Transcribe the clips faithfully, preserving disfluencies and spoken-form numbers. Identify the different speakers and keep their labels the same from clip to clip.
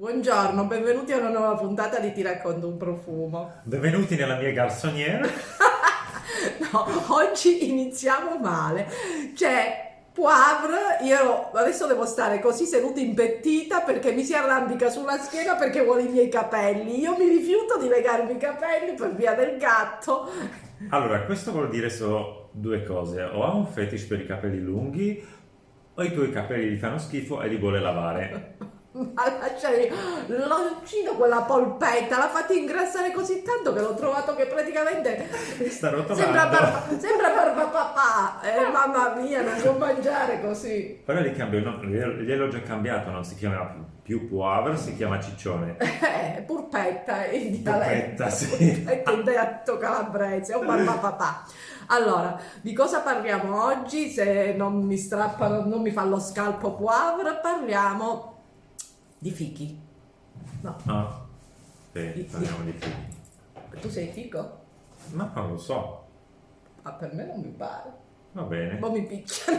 Speaker 1: Buongiorno, benvenuti a una nuova puntata di Ti racconto un profumo.
Speaker 2: Benvenuti nella mia garçonnière.
Speaker 1: No, oggi iniziamo male. C'è Poivre, io adesso devo stare così seduta impettita perché mi si arrampica sulla schiena perché vuole i miei capelli. Io mi rifiuto di legarmi i capelli per via del gatto.
Speaker 2: Allora, questo vuol dire solo due cose. O ha un fetish per i capelli lunghi, o i tuoi capelli gli fanno schifo e li vuole lavare.
Speaker 1: Ma lasciami, l'ho ucciso quella polpetta, l'ha fatta ingrassare così tanto che l'ho trovato che praticamente
Speaker 2: Sta rotolando.
Speaker 1: sembra barba, sembra barba papà. Eh, mamma mia, non può mangiare così.
Speaker 2: Però gli cambio il nome, gliel'ho già cambiato, non si chiama più, più Poivre, si chiama Ciccione.
Speaker 1: Eh, purpetta in dialetto,
Speaker 2: Purpetta, sì.
Speaker 1: purpetta in dialetto calabrese, o barba papà. Allora, di cosa parliamo oggi? Se non mi strappano, non mi fa lo scalpo Poivre, parliamo di fichi. No.
Speaker 2: Ah,
Speaker 1: Di-
Speaker 2: sì, parliamo di fichi.
Speaker 1: Tu sei fico?
Speaker 2: Ma non lo so,
Speaker 1: Ah, per me non mi pare.
Speaker 2: va bene.
Speaker 1: Ma mi picchiano.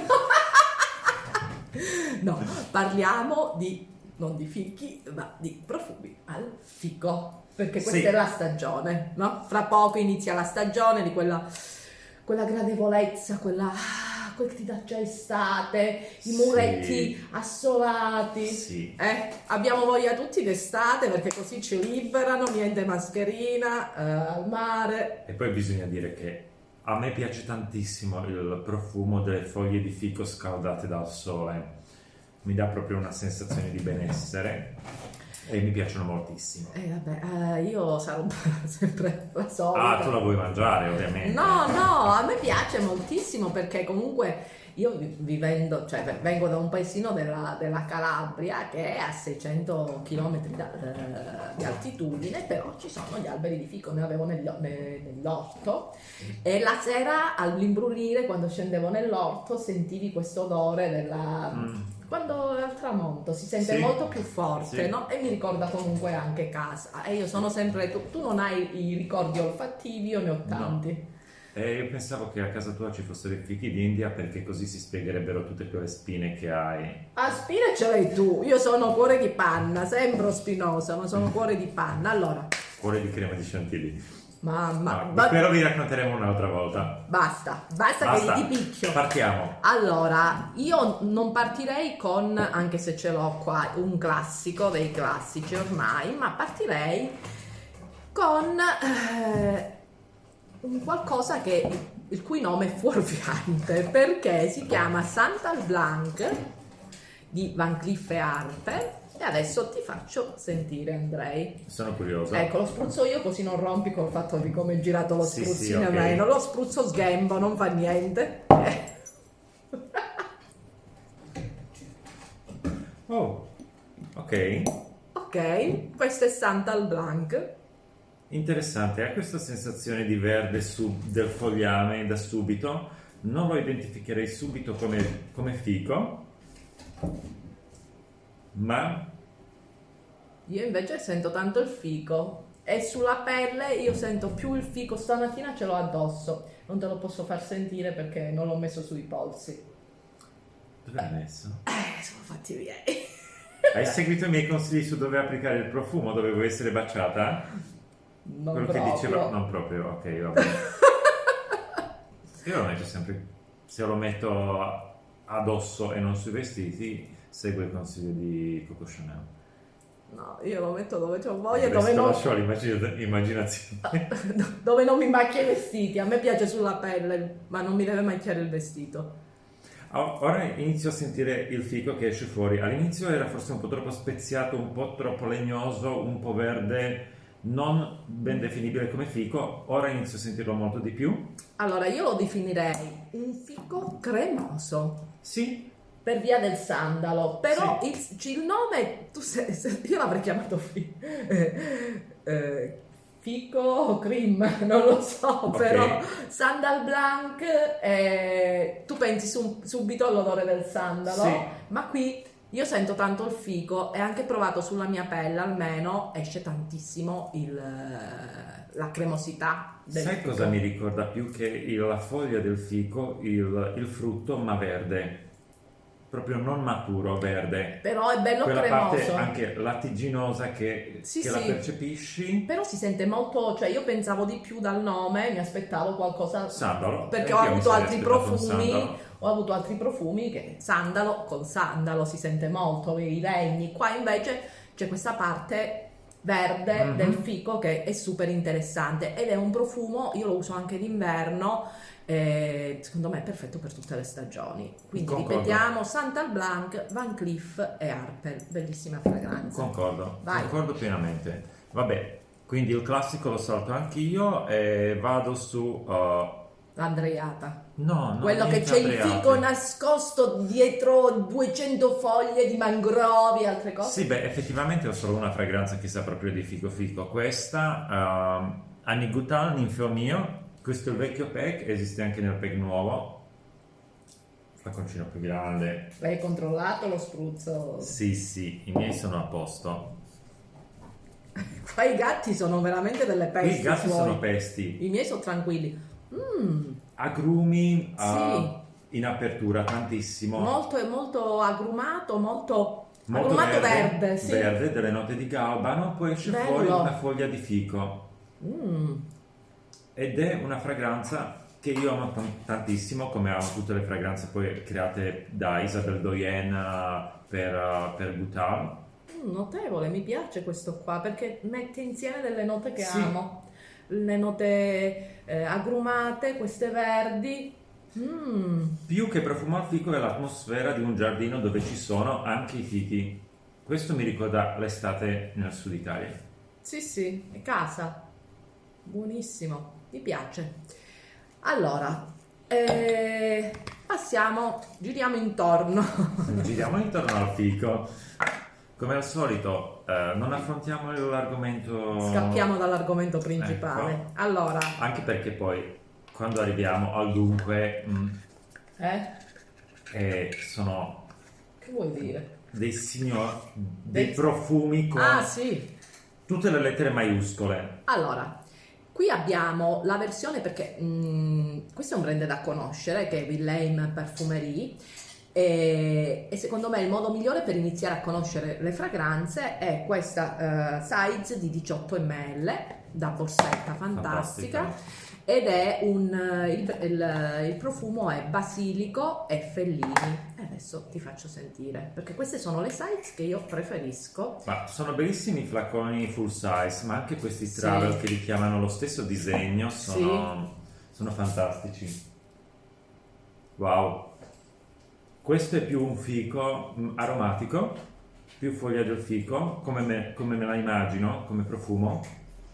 Speaker 1: No, parliamo di, non di fichi, ma di profumi al fico. Perché questa
Speaker 2: Sì.
Speaker 1: è la stagione, no? Fra poco inizia la stagione di quella, quella gradevolezza, quella, quel che ti dà già estate, i
Speaker 2: Sì.
Speaker 1: muretti assolati.
Speaker 2: Sì.
Speaker 1: Eh, abbiamo voglia tutti d'estate perché così ci liberano, niente mascherina, eh, al mare.
Speaker 2: E poi bisogna dire che a me piace tantissimo il profumo delle foglie di fico scaldate dal sole. Mi dà proprio una sensazione di benessere e mi piacciono moltissimo.
Speaker 1: E eh, vabbè, eh, io sarò sempre la solita.
Speaker 2: Ah, tu la vuoi mangiare, ovviamente.
Speaker 1: No, no, a me piace moltissimo perché comunque io vi- vivendo, cioè v- vengo da un paesino della, della Calabria che è a seicento chilometri da- eh, di altitudine, però ci sono gli alberi di fico, ne avevo negli o- ne- nell'orto e la sera all'imbrunire quando scendevo nell'orto sentivi questo odore della...
Speaker 2: Mm.
Speaker 1: Quando al tramonto si sente
Speaker 2: Sì.
Speaker 1: molto più forte,
Speaker 2: Sì.
Speaker 1: no? E mi ricorda comunque anche casa. E io sono sempre. Tu, tu non hai i ricordi olfattivi, io ne ho tanti.
Speaker 2: E io pensavo che a casa tua ci fossero i fichi d'India perché così si spiegherebbero tutte quelle spine che hai.
Speaker 1: A spine ce l'hai tu, io sono cuore di panna, sembro spinosa, ma sono cuore di panna. Allora,
Speaker 2: Cuore di crema di chantilly.
Speaker 1: mamma,
Speaker 2: No,
Speaker 1: ba-
Speaker 2: però vi racconteremo un'altra volta.
Speaker 1: basta, basta,
Speaker 2: Basta.
Speaker 1: che ti picchio.
Speaker 2: Partiamo.
Speaker 1: Allora, io non partirei con, anche se ce l'ho qua, un classico dei classici ormai, ma partirei con eh, un qualcosa che, il cui nome è fuorviante, perché si chiama Santal Blanc di Van Cleef e Arpels. E adesso ti faccio sentire, Andrei.
Speaker 2: Sono curioso.
Speaker 1: Ecco, lo spruzzo io così non rompi col fatto di come è girato lo
Speaker 2: Sì,
Speaker 1: spruzzino
Speaker 2: sì,
Speaker 1: a
Speaker 2: ok.
Speaker 1: me. Non lo spruzzo sghembo, non fa niente. Eh.
Speaker 2: Oh, ok.
Speaker 1: Ok, questo è Santal Blanc.
Speaker 2: Interessante, ha questa sensazione di verde su- del fogliame da subito. Non lo identificherei subito come, come fico, ma
Speaker 1: Io invece sento tanto il fico. E sulla pelle io sento più il fico. Stamattina ce l'ho addosso. Non te lo posso far sentire perché non l'ho messo sui polsi.
Speaker 2: dove l'hai messo?
Speaker 1: Eh, sono fatti miei.
Speaker 2: Hai seguito i miei consigli su dove applicare il profumo? Dovevo essere baciata?
Speaker 1: Non
Speaker 2: Quello
Speaker 1: proprio.
Speaker 2: che diceva, non proprio, ok, va bene. Io lo metto sempre, se lo metto addosso e non sui vestiti, seguo il consiglio di Coco Chanel.
Speaker 1: No, io lo metto dove c'ho voglia, dove
Speaker 2: Questo
Speaker 1: non,
Speaker 2: lascio all'immaginazione.
Speaker 1: dove non mi macchia i vestiti. A me piace sulla pelle, ma non mi deve macchiare il vestito.
Speaker 2: Oh, ora inizio a sentire il fico che esce fuori. All'inizio era forse un po' troppo speziato, un po' troppo legnoso, un po' verde, non ben definibile come fico. Ora inizio a sentirlo molto di più.
Speaker 1: Allora, io lo definirei un fico cremoso.
Speaker 2: Sì,
Speaker 1: Per via del sandalo, però
Speaker 2: Sì.
Speaker 1: il, il nome tu sei, se- io l'avrei chiamato fi, eh, eh, fico o cream, non lo so,
Speaker 2: Ok.
Speaker 1: però Sandal Blanc, eh, tu pensi su- subito all'odore del sandalo,
Speaker 2: Sì.
Speaker 1: ma qui io sento tanto il fico e anche provato sulla mia pelle, almeno esce tantissimo il, la cremosità del
Speaker 2: sai
Speaker 1: fico.
Speaker 2: cosa mi ricorda più che il- la foglia del fico, il, il frutto, ma verde. proprio non maturo, verde.
Speaker 1: Però è bello
Speaker 2: quella
Speaker 1: cremoso.
Speaker 2: parte anche lattiginosa che,
Speaker 1: Sì,
Speaker 2: che
Speaker 1: sì.
Speaker 2: la percepisci.
Speaker 1: Però si sente molto, cioè io pensavo di più dal nome, mi aspettavo qualcosa
Speaker 2: Sandalo.
Speaker 1: perché ho
Speaker 2: Anch'io mi
Speaker 1: avuto
Speaker 2: sarei
Speaker 1: altri
Speaker 2: aspettato un
Speaker 1: profumi,
Speaker 2: sandalo.
Speaker 1: ho avuto altri profumi che sandalo con sandalo si sente molto, i legni. Qua invece c'è questa parte verde
Speaker 2: Mhm.
Speaker 1: del fico che è super interessante ed è un profumo, io lo uso anche d'inverno. Eh, secondo me è perfetto per tutte le stagioni. Quindi
Speaker 2: Concordo.
Speaker 1: ripetiamo: Santal Blanc, Van Cleef e Arpels, bellissima fragranza.
Speaker 2: Concordo,
Speaker 1: Vai.
Speaker 2: concordo pienamente. Vabbè, quindi il classico lo salto anch'io e vado su... uh,
Speaker 1: L'andreiata,
Speaker 2: no, no,
Speaker 1: quello che
Speaker 2: niente
Speaker 1: c'è il
Speaker 2: Andreate.
Speaker 1: fico nascosto dietro duecento foglie di mangrovi e altre cose.
Speaker 2: Sì, beh, effettivamente ho solo una fragranza che sa proprio di fico fico. Questa, um, Annie Goutal, Ninfeo mio. Questo è il vecchio pack, esiste anche nel pack nuovo. Flaconcino più grande.
Speaker 1: L'hai controllato lo spruzzo?
Speaker 2: Sì, sì, i miei sono a posto.
Speaker 1: Qua i gatti sono veramente delle
Speaker 2: Qui
Speaker 1: pesti
Speaker 2: i gatti
Speaker 1: suoi.
Speaker 2: sono pesti.
Speaker 1: I miei sono tranquilli. Mm,
Speaker 2: Agrumi uh,
Speaker 1: Sì.
Speaker 2: in apertura tantissimo.
Speaker 1: molto e molto agrumato, molto,
Speaker 2: Molto
Speaker 1: agrumato verde, sì.
Speaker 2: verde, delle note di galbano, poi esce
Speaker 1: Bello.
Speaker 2: fuori una foglia di fico.
Speaker 1: Mm,
Speaker 2: Ed è una fragranza che io amo tan- tantissimo, come amo tutte le fragranze poi create da Isabelle Doyen uh, per, uh, per Goutal.
Speaker 1: mm, notevole, mi piace questo qua perché mette insieme delle note che
Speaker 2: Sì.
Speaker 1: amo. Le note eh, agrumate, queste verdi. Mm,
Speaker 2: Più che profumo al fico è l'atmosfera di un giardino dove ci sono anche i fichi. Questo mi ricorda l'estate nel sud Italia.
Speaker 1: sì, sì, è casa. Buonissimo, mi piace. Allora, eh, passiamo, giriamo intorno.
Speaker 2: Giriamo intorno al fico. Come al solito, eh, non affrontiamo l'argomento...
Speaker 1: Scappiamo dall'argomento principale.
Speaker 2: Ecco.
Speaker 1: Allora,
Speaker 2: Anche perché poi, quando arriviamo al dunque, mh,
Speaker 1: eh?
Speaker 2: eh, sono
Speaker 1: Che vuoi dire?
Speaker 2: dei signor... dei
Speaker 1: Dei-
Speaker 2: profumi con
Speaker 1: Ah, sì.
Speaker 2: tutte le lettere maiuscole.
Speaker 1: Allora, qui abbiamo la versione perché mh, questo è un brand da conoscere che è Willem Parfumerie e, e secondo me il modo migliore per iniziare a conoscere le fragranze è questa eh, size di diciotto millilitri da borsetta fantastica, ed è un eh, il, il- il profumo è basilico e fellini. E adesso ti faccio sentire perché queste sono le size che io preferisco.
Speaker 2: Ma sono bellissimi i flaconi full size, ma anche questi
Speaker 1: Sì.
Speaker 2: travel che richiamano lo stesso disegno sono, sono fantastici. Wow. Questo è più un fico mh, aromatico, più foglia del fico, come me, come me la immagino, come profumo.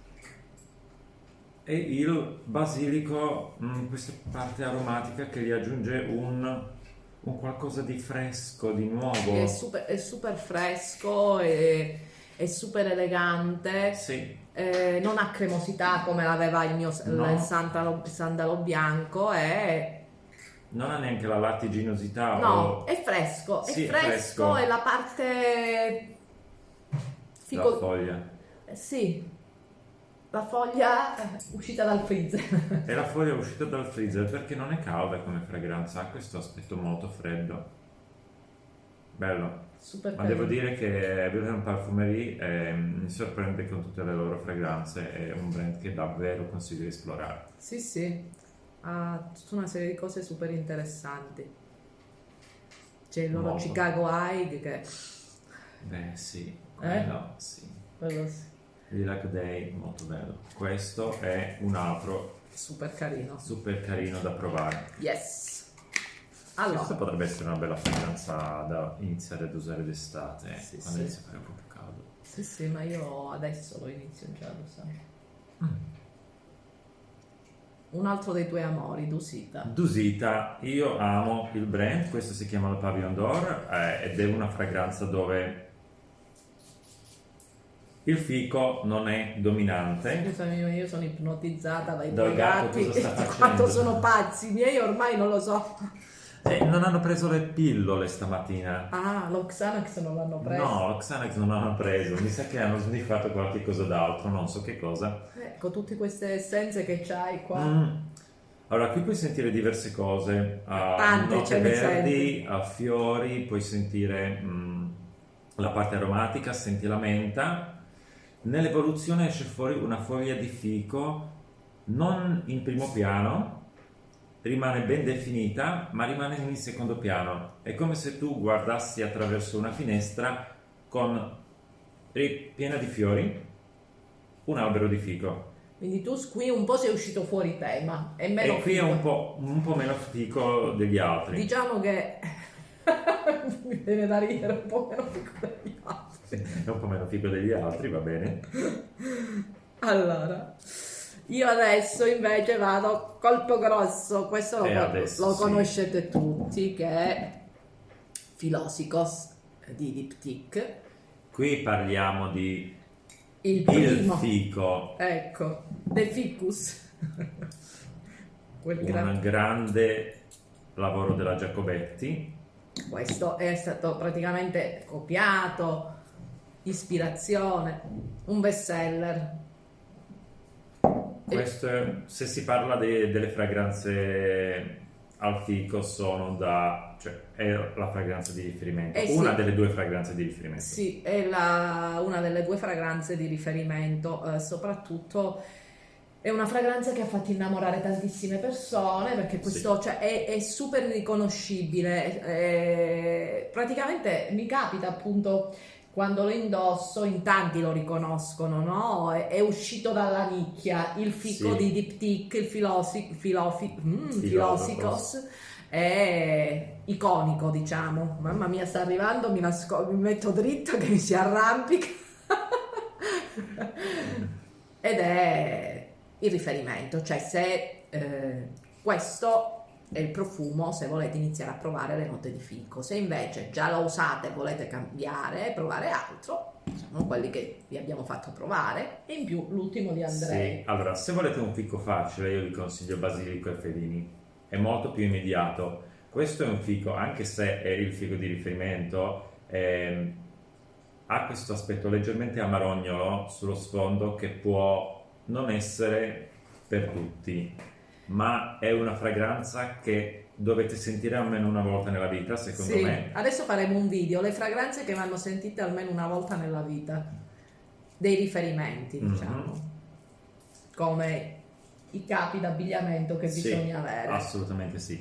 Speaker 2: E il basilico, mh, questa parte aromatica che gli aggiunge un, un qualcosa di fresco, di nuovo.
Speaker 1: È super, è super fresco, è, è super elegante,
Speaker 2: Sì,
Speaker 1: eh, non ha cremosità come l'aveva il mio
Speaker 2: No.
Speaker 1: il sandalo, sandalo bianco, è,
Speaker 2: non ha neanche la lattiginosità.
Speaker 1: no,
Speaker 2: o
Speaker 1: è fresco, è
Speaker 2: Sì, è
Speaker 1: fresco,
Speaker 2: fresco.
Speaker 1: e la parte
Speaker 2: la
Speaker 1: fico-
Speaker 2: foglia.
Speaker 1: eh, sì, la foglia eh, uscita dal freezer.
Speaker 2: E la foglia è uscita dal freezer perché non è calda come fragranza, ha questo aspetto molto freddo. Bello.
Speaker 1: Super
Speaker 2: Ma
Speaker 1: carino.
Speaker 2: devo dire che Wilhelm Parfumerie eh, mi sorprende con tutte le loro fragranze, è un brand che davvero consiglio di esplorare.
Speaker 1: Sì, sì, ha tutta una serie di cose super interessanti. C'è il loro
Speaker 2: Molto.
Speaker 1: Chicago High che
Speaker 2: Beh sì,
Speaker 1: Eh?
Speaker 2: quello sì.
Speaker 1: quello sì,
Speaker 2: Lilac Day, molto bello. Questo è un altro
Speaker 1: super carino.
Speaker 2: super carino da provare.
Speaker 1: Yes.
Speaker 2: Questo
Speaker 1: Allora,
Speaker 2: potrebbe essere una bella fragranza da iniziare ad usare d'estate,
Speaker 1: Sì,
Speaker 2: quando
Speaker 1: sì.
Speaker 2: inizia a fare un po' più caldo.
Speaker 1: sì, sì, ma io adesso lo inizio già a usare.
Speaker 2: Mm.
Speaker 1: Un altro dei tuoi amori, Dusita.
Speaker 2: Dusita, io amo il brand, questo si chiama il Pavillon d'Or eh, ed è una fragranza dove il fico non è dominante.
Speaker 1: Scusami, ma io sono ipnotizzata dai
Speaker 2: Dal
Speaker 1: tuoi
Speaker 2: gatto
Speaker 1: gatti
Speaker 2: cosa sta
Speaker 1: e
Speaker 2: facendo?
Speaker 1: quanto sono pazzi. I miei ormai non lo so.
Speaker 2: Eh, non hanno preso le pillole stamattina.
Speaker 1: Ah, lo Xanax non l'hanno preso.
Speaker 2: No, lo Xanax non l'hanno preso, mi sa che hanno sniffato qualche cosa d'altro, non so che cosa.
Speaker 1: Ecco, tutte queste essenze che c'hai qua.
Speaker 2: Mm. Allora, qui puoi sentire diverse cose, a
Speaker 1: Tante,
Speaker 2: note
Speaker 1: ce ne
Speaker 2: verdi,
Speaker 1: senti.
Speaker 2: a fiori, puoi sentire mh, la parte aromatica, senti la menta. Nell'evoluzione esce fuori una foglia di fico, non in primo piano, rimane ben definita, ma rimane in secondo piano. È come se tu guardassi attraverso una finestra con piena di fiori, un albero di fico.
Speaker 1: Quindi tu qui un po' sei uscito fuori tema, è meno
Speaker 2: E qui è
Speaker 1: figo.
Speaker 2: un po', un po' meno fico degli altri.
Speaker 1: Diciamo che mi viene da ridere un po' meno figo degli altri.
Speaker 2: È un po' meno figo degli altri, va bene.
Speaker 1: Allora, io adesso invece vado colpo grosso, questo lo,
Speaker 2: E adesso
Speaker 1: lo
Speaker 2: sì.
Speaker 1: conoscete tutti, che è Philosykos di Diptyque,
Speaker 2: Qui parliamo di
Speaker 1: il
Speaker 2: il
Speaker 1: primo,
Speaker 2: fico,
Speaker 1: ecco, De Ficus, quel gran-
Speaker 2: un grande lavoro della Giacobetti.
Speaker 1: questo è stato praticamente copiato, ispirazione, un bestseller.
Speaker 2: Questo è- se si parla de- delle fragranze al fico sono da, cioè è la fragranza di riferimento,
Speaker 1: Eh sì.
Speaker 2: una delle due fragranze di riferimento.
Speaker 1: Sì, è la- una delle due fragranze di riferimento, eh, soprattutto è una fragranza che ha fatto innamorare tantissime persone perché questo cioè, è, è super riconoscibile. eh, praticamente mi capita appunto quando lo indosso, in tanti lo riconoscono, no? È, è uscito dalla nicchia il fico
Speaker 2: Sì.
Speaker 1: di Diptyque, il filosi, filofi, mm,
Speaker 2: Filosofos.
Speaker 1: Philosykos. È iconico, diciamo. Mamma mia, sta arrivando, mi, nasco- mi metto dritto che mi si arrampica. Ed è il riferimento, cioè se eh, questo è il profumo, se volete iniziare a provare le note di fico. Se invece già lo usate e volete cambiare, provare altro, sono quelli che vi abbiamo fatto provare. E in più l'ultimo di Andrei.
Speaker 2: Sì, allora, se volete un fico facile, io vi consiglio basilico e felini, è molto più immediato. Questo è un fico, anche se è il fico di riferimento, ehm, ha questo aspetto leggermente amarognolo sullo sfondo che può non essere per tutti, ma è una fragranza che dovete sentire almeno una volta nella vita, secondo
Speaker 1: Sì,
Speaker 2: me.
Speaker 1: adesso faremo un video, le fragranze che vanno sentite almeno una volta nella vita, dei riferimenti,
Speaker 2: Mhm.
Speaker 1: diciamo, come i capi d'abbigliamento che
Speaker 2: Sì,
Speaker 1: bisogna avere.
Speaker 2: assolutamente sì.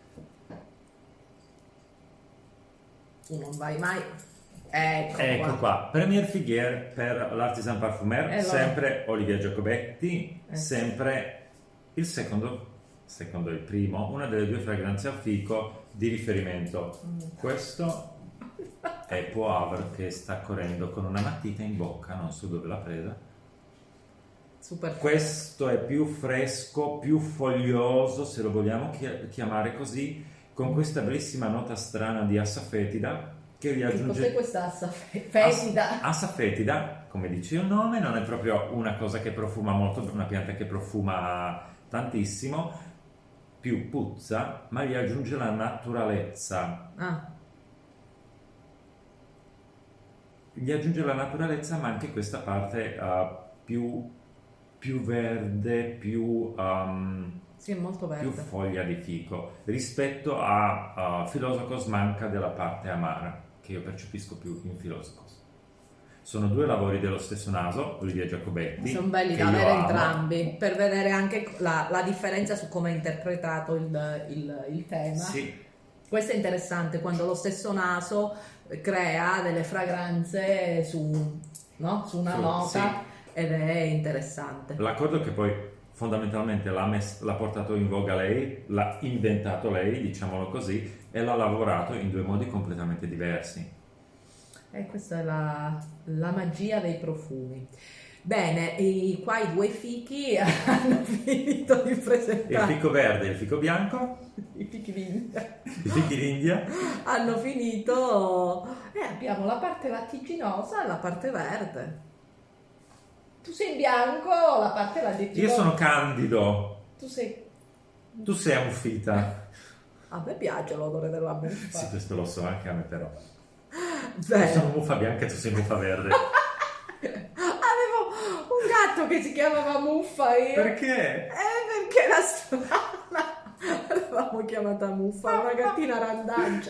Speaker 1: Tu non vai mai. Ecco,
Speaker 2: Ecco
Speaker 1: qua.
Speaker 2: qua, Premier Figuier per l'Artisan Parfumer,
Speaker 1: Eh, lo-
Speaker 2: sempre Olivia Giacobetti,
Speaker 1: Eh.
Speaker 2: sempre il secondo, secondo il primo, una delle due fragranze al fico di riferimento.
Speaker 1: Mm.
Speaker 2: Questo è Poivre che sta correndo con una matita in bocca, non so dove l'ha presa.
Speaker 1: Super.
Speaker 2: Questo è più fresco, più foglioso, se lo vogliamo chi- chiamare così, con questa bellissima nota strana di assa fetida che gli
Speaker 1: Che cos'è
Speaker 2: aggiunge...
Speaker 1: questa assa fe- fetida?
Speaker 2: Assa fetida, come dice il nome, non è proprio una cosa che profuma molto, una pianta che profuma tantissimo, più puzza, ma gli aggiunge la naturalezza.
Speaker 1: Ah,
Speaker 2: Gli aggiunge la naturalezza, ma anche questa parte uh, più, più verde, più, um,
Speaker 1: sì, è molto
Speaker 2: più
Speaker 1: verde.
Speaker 2: foglia di fico. Rispetto a uh, Philosykos manca della parte amara, che io percepisco più in Philosykos. Sono due lavori dello stesso naso, Olivia Giacobetti.
Speaker 1: Sono belli
Speaker 2: che
Speaker 1: da
Speaker 2: io
Speaker 1: avere
Speaker 2: amo.
Speaker 1: entrambi per vedere anche la, la differenza su come è interpretato il, il- il tema.
Speaker 2: Sì,
Speaker 1: Questo è interessante quando lo stesso naso crea delle fragranze su, no? Su una
Speaker 2: Su-
Speaker 1: nota ed è interessante.
Speaker 2: l'accordo che poi fondamentalmente l'ha, mess- l'ha portato in voga lei, l'ha inventato lei, diciamolo così, e l'ha lavorato in due modi completamente diversi.
Speaker 1: E questa è la, la magia dei profumi. Bene, i, qua i due fichi hanno finito di
Speaker 2: Il
Speaker 1: presentare
Speaker 2: fico verde e il fico bianco,
Speaker 1: i fichi d'India.
Speaker 2: i fichi d'India.
Speaker 1: Hanno finito e abbiamo la parte lattiginosa e la parte verde. Tu sei in bianco, la parte lattiginosa.
Speaker 2: Io sono candido,
Speaker 1: Tu sei.
Speaker 2: tu sei ammuffita.
Speaker 1: A me piace l'odore della muffa.
Speaker 2: Sì, questo lo so, anche a me però.
Speaker 1: Beh,
Speaker 2: Io sono muffa bianca e tu sei muffa verde.
Speaker 1: avevo un gatto che si chiamava Muffa io.
Speaker 2: Perché?
Speaker 1: Eh, perché era strano. chiamata Muffa, una gattina randaggia.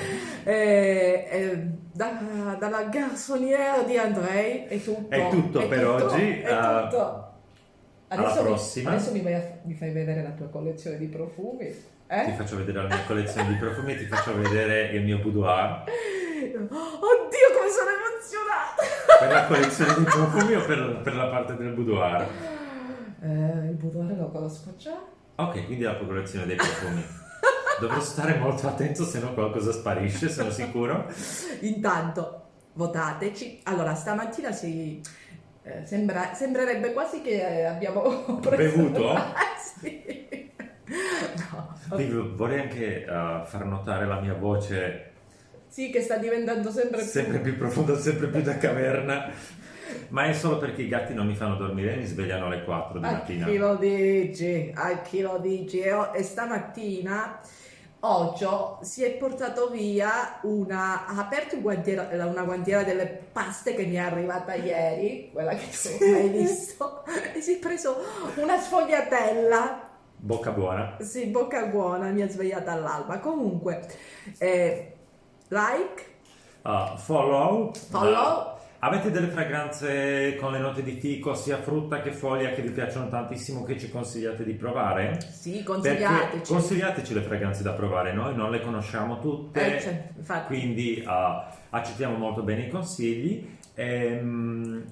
Speaker 1: e, e, da, dalla garçonnière di Andrei è tutto.
Speaker 2: È tutto
Speaker 1: è
Speaker 2: per
Speaker 1: tutto,
Speaker 2: oggi.
Speaker 1: È
Speaker 2: uh,
Speaker 1: tutto.
Speaker 2: Alla
Speaker 1: Adesso
Speaker 2: prossima.
Speaker 1: Mi, adesso mi, vai a, mi fai vedere la tua collezione di profumi. Eh?
Speaker 2: Ti faccio vedere la mia collezione di profumi e ti faccio vedere il mio boudoir.
Speaker 1: Oddio, come sono emozionata!
Speaker 2: Per la collezione di profumi o per, per la parte del boudoir?
Speaker 1: Eh, il boudoir lo conosco già.
Speaker 2: Ok, quindi la collezione dei profumi. Dovrò stare molto attento, se no qualcosa sparisce, sono sicuro.
Speaker 1: Intanto, votateci. Allora, stamattina si... Eh, sembra, sembrerebbe quasi che eh, abbiamo preso...
Speaker 2: Bevuto?
Speaker 1: Sì. No.
Speaker 2: Vorrei anche uh, far notare la mia voce.
Speaker 1: Sì, che sta diventando sempre più...
Speaker 2: Sempre più profonda, sempre più da caverna. Ma è solo perché i gatti non mi fanno dormire e mi svegliano alle quattro di mattina.
Speaker 1: A chi lo dici? A chi lo dici? E, e stamattina... Oggio si è portato via una, ha aperto un guantiera, una guantiera delle paste che mi è arrivata ieri, quella che tu hai visto, e si è preso una sfogliatella.
Speaker 2: Bocca buona.
Speaker 1: Sì, bocca buona, mi ha svegliata all'alba. Comunque, eh, like,
Speaker 2: uh, follow.
Speaker 1: follow.
Speaker 2: Uh, avete delle fragranze con le note di fico, sia frutta che foglia, che vi piacciono tantissimo, che ci consigliate di provare?
Speaker 1: Sì, consigliateci.
Speaker 2: Perché consigliateci le fragranze da provare, noi non le conosciamo tutte,
Speaker 1: eh, cioè, infatti.
Speaker 2: quindi uh, accettiamo molto bene i consigli. Ehm,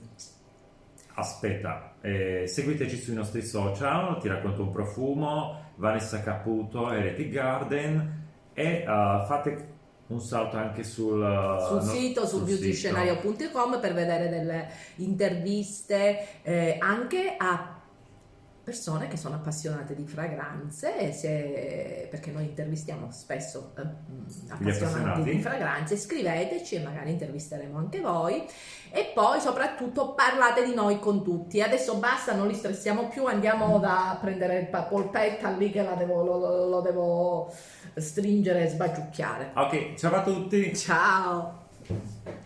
Speaker 2: aspetta, eh, seguiteci sui nostri social, Ti racconto un profumo, Vanessa Caputo, Heretic Garden, e uh, fate un salto anche sul,
Speaker 1: sul
Speaker 2: no,
Speaker 1: sito, sul beauty scenario punto com per vedere delle interviste eh, anche a persone che sono appassionate di fragranze, e se, perché noi intervistiamo spesso eh, appassionati,
Speaker 2: appassionati
Speaker 1: di fragranze. Scriveteci e magari intervisteremo anche voi, e poi soprattutto parlate di noi con tutti. Adesso basta, non li stressiamo più, andiamo da prendere il polpetta lì che la devo, lo, lo devo stringere e sbagiucchiare.
Speaker 2: Ok, ciao a tutti.
Speaker 1: Ciao.